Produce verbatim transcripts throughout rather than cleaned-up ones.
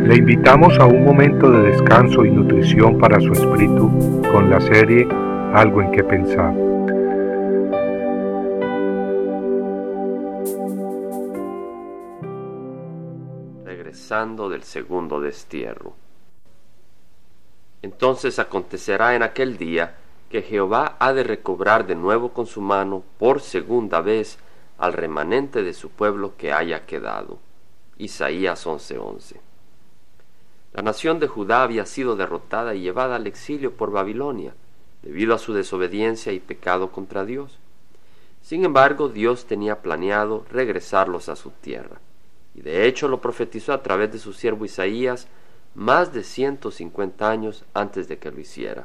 Le invitamos a un momento de descanso y nutrición para su espíritu con la serie Algo en que pensar. Regresando del segundo destierro. Entonces acontecerá en aquel día que Jehová ha de recobrar de nuevo con su mano por segunda vez al remanente de su pueblo que haya quedado. Isaías once once. La nación de Judá había sido derrotada y llevada al exilio por Babilonia, debido a su desobediencia y pecado contra Dios. Sin embargo, Dios tenía planeado regresarlos a su tierra, y de hecho lo profetizó a través de su siervo Isaías más de ciento cincuenta años antes de que lo hiciera.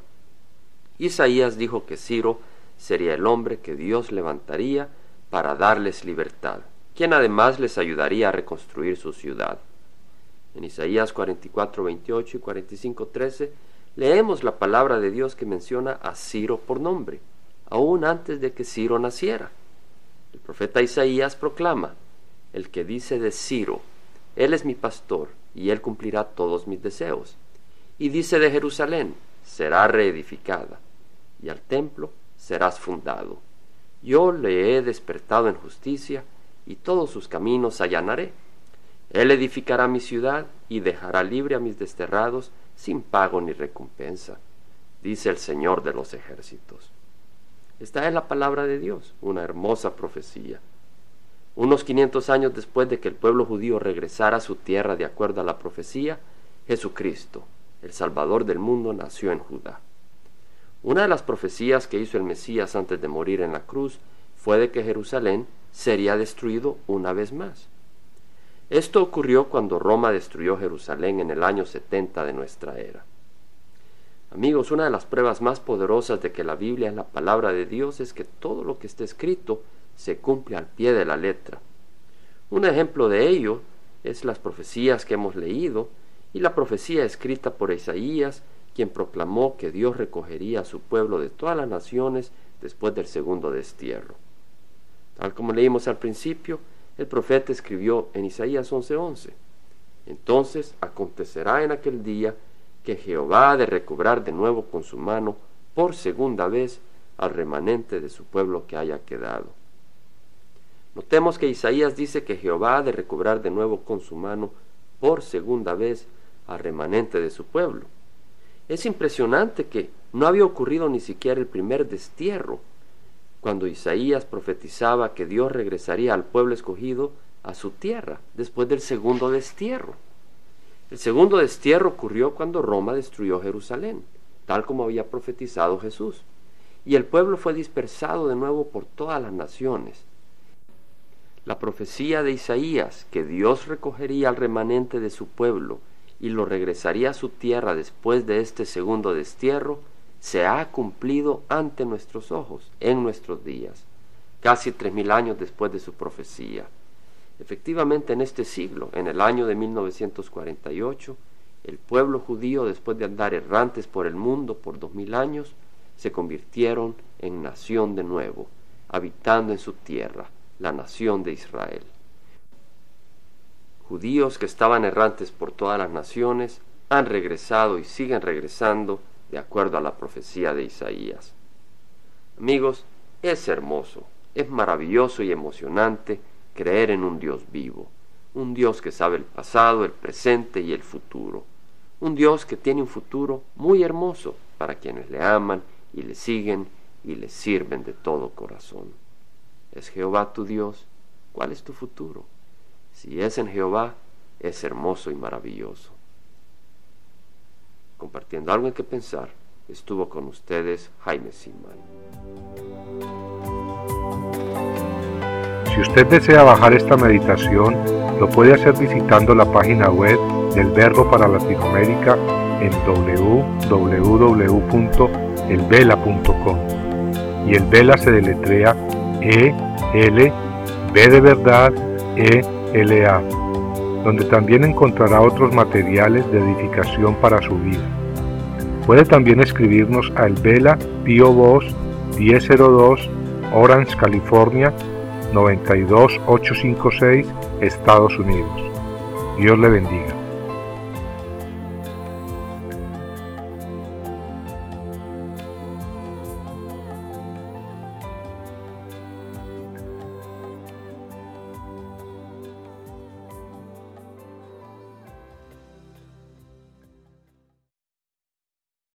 Isaías dijo que Ciro sería el hombre que Dios levantaría para darles libertad, quien además les ayudaría a reconstruir su ciudad. En Isaías cuarenta y cuatro veintiocho y cuarenta y cinco trece leemos la palabra de Dios que menciona a Ciro por nombre, aún antes de que Ciro naciera. El profeta Isaías proclama: el que dice de Ciro, él es mi pastor, y él cumplirá todos mis deseos. Y dice de Jerusalén, será reedificada, y al templo serás fundado. Yo le he despertado en justicia, y todos sus caminos allanaré. Él edificará mi ciudad, y dejará libre a mis desterrados, sin pago ni recompensa, dice el Señor de los ejércitos. Esta es la palabra de Dios, una hermosa profecía. Unos quinientos años después de que el pueblo judío regresara a su tierra de acuerdo a la profecía, Jesucristo, el Salvador del mundo, nació en Judá. Una de las profecías que hizo el Mesías antes de morir en la cruz fue de que Jerusalén sería destruido una vez más. Esto ocurrió cuando Roma destruyó Jerusalén en el año setenta de nuestra era. Amigos, una de las pruebas más poderosas de que la Biblia es la palabra de Dios es que todo lo que está escrito se cumple al pie de la letra. Un ejemplo de ello es las profecías que hemos leído y la profecía escrita por Isaías, quien proclamó que Dios recogería a su pueblo de todas las naciones después del segundo destierro. Tal como leímos al principio, el profeta escribió en Isaías once once: entonces acontecerá en aquel día que Jehová ha de recobrar de nuevo con su mano por segunda vez al remanente de su pueblo que haya quedado. Notemos que Isaías dice que Jehová ha de recobrar de nuevo con su mano por segunda vez al remanente de su pueblo. Es impresionante que no había ocurrido ni siquiera el primer destierro, cuando Isaías profetizaba que Dios regresaría al pueblo escogido a su tierra después del segundo destierro. El segundo destierro ocurrió cuando Roma destruyó Jerusalén, tal como había profetizado Jesús, y el pueblo fue dispersado de nuevo por todas las naciones. La profecía de Isaías, que Dios recogería al remanente de su pueblo y lo regresaría a su tierra después de este segundo destierro, se ha cumplido ante nuestros ojos, en nuestros días, casi tres mil años después de su profecía. Efectivamente, en este siglo, en el año de mil novecientos cuarenta y ocho, el pueblo judío, después de andar errantes por el mundo por dos mil años, se convirtieron en nación de nuevo, habitando en su tierra, la nación de Israel. Judíos que estaban errantes por todas las naciones han regresado y siguen regresando de acuerdo a la profecía de Isaías. Amigos, es hermoso, es maravilloso y emocionante creer en un Dios vivo, un Dios que sabe el pasado, el presente y el futuro, un Dios que tiene un futuro muy hermoso para quienes le aman y le siguen y le sirven de todo corazón. ¿Es Jehová tu Dios? ¿Cuál es tu futuro? Si es en Jehová, es hermoso y maravilloso. Compartiendo algo en que pensar, estuvo con ustedes Jaime Simán. Si usted desea bajar esta meditación, lo puede hacer visitando la página web del Verbo para Latinoamérica en doble u doble u doble u punto el vela punto com. Y el Vela se deletrea E L V de verdad E L A, donde también encontrará otros materiales de edificación para su vida. Puede también escribirnos a El Vela, P O Box diez cero dos, Orange, California noventa y dos mil ochocientos cincuenta y seis, Estados Unidos. Dios le bendiga.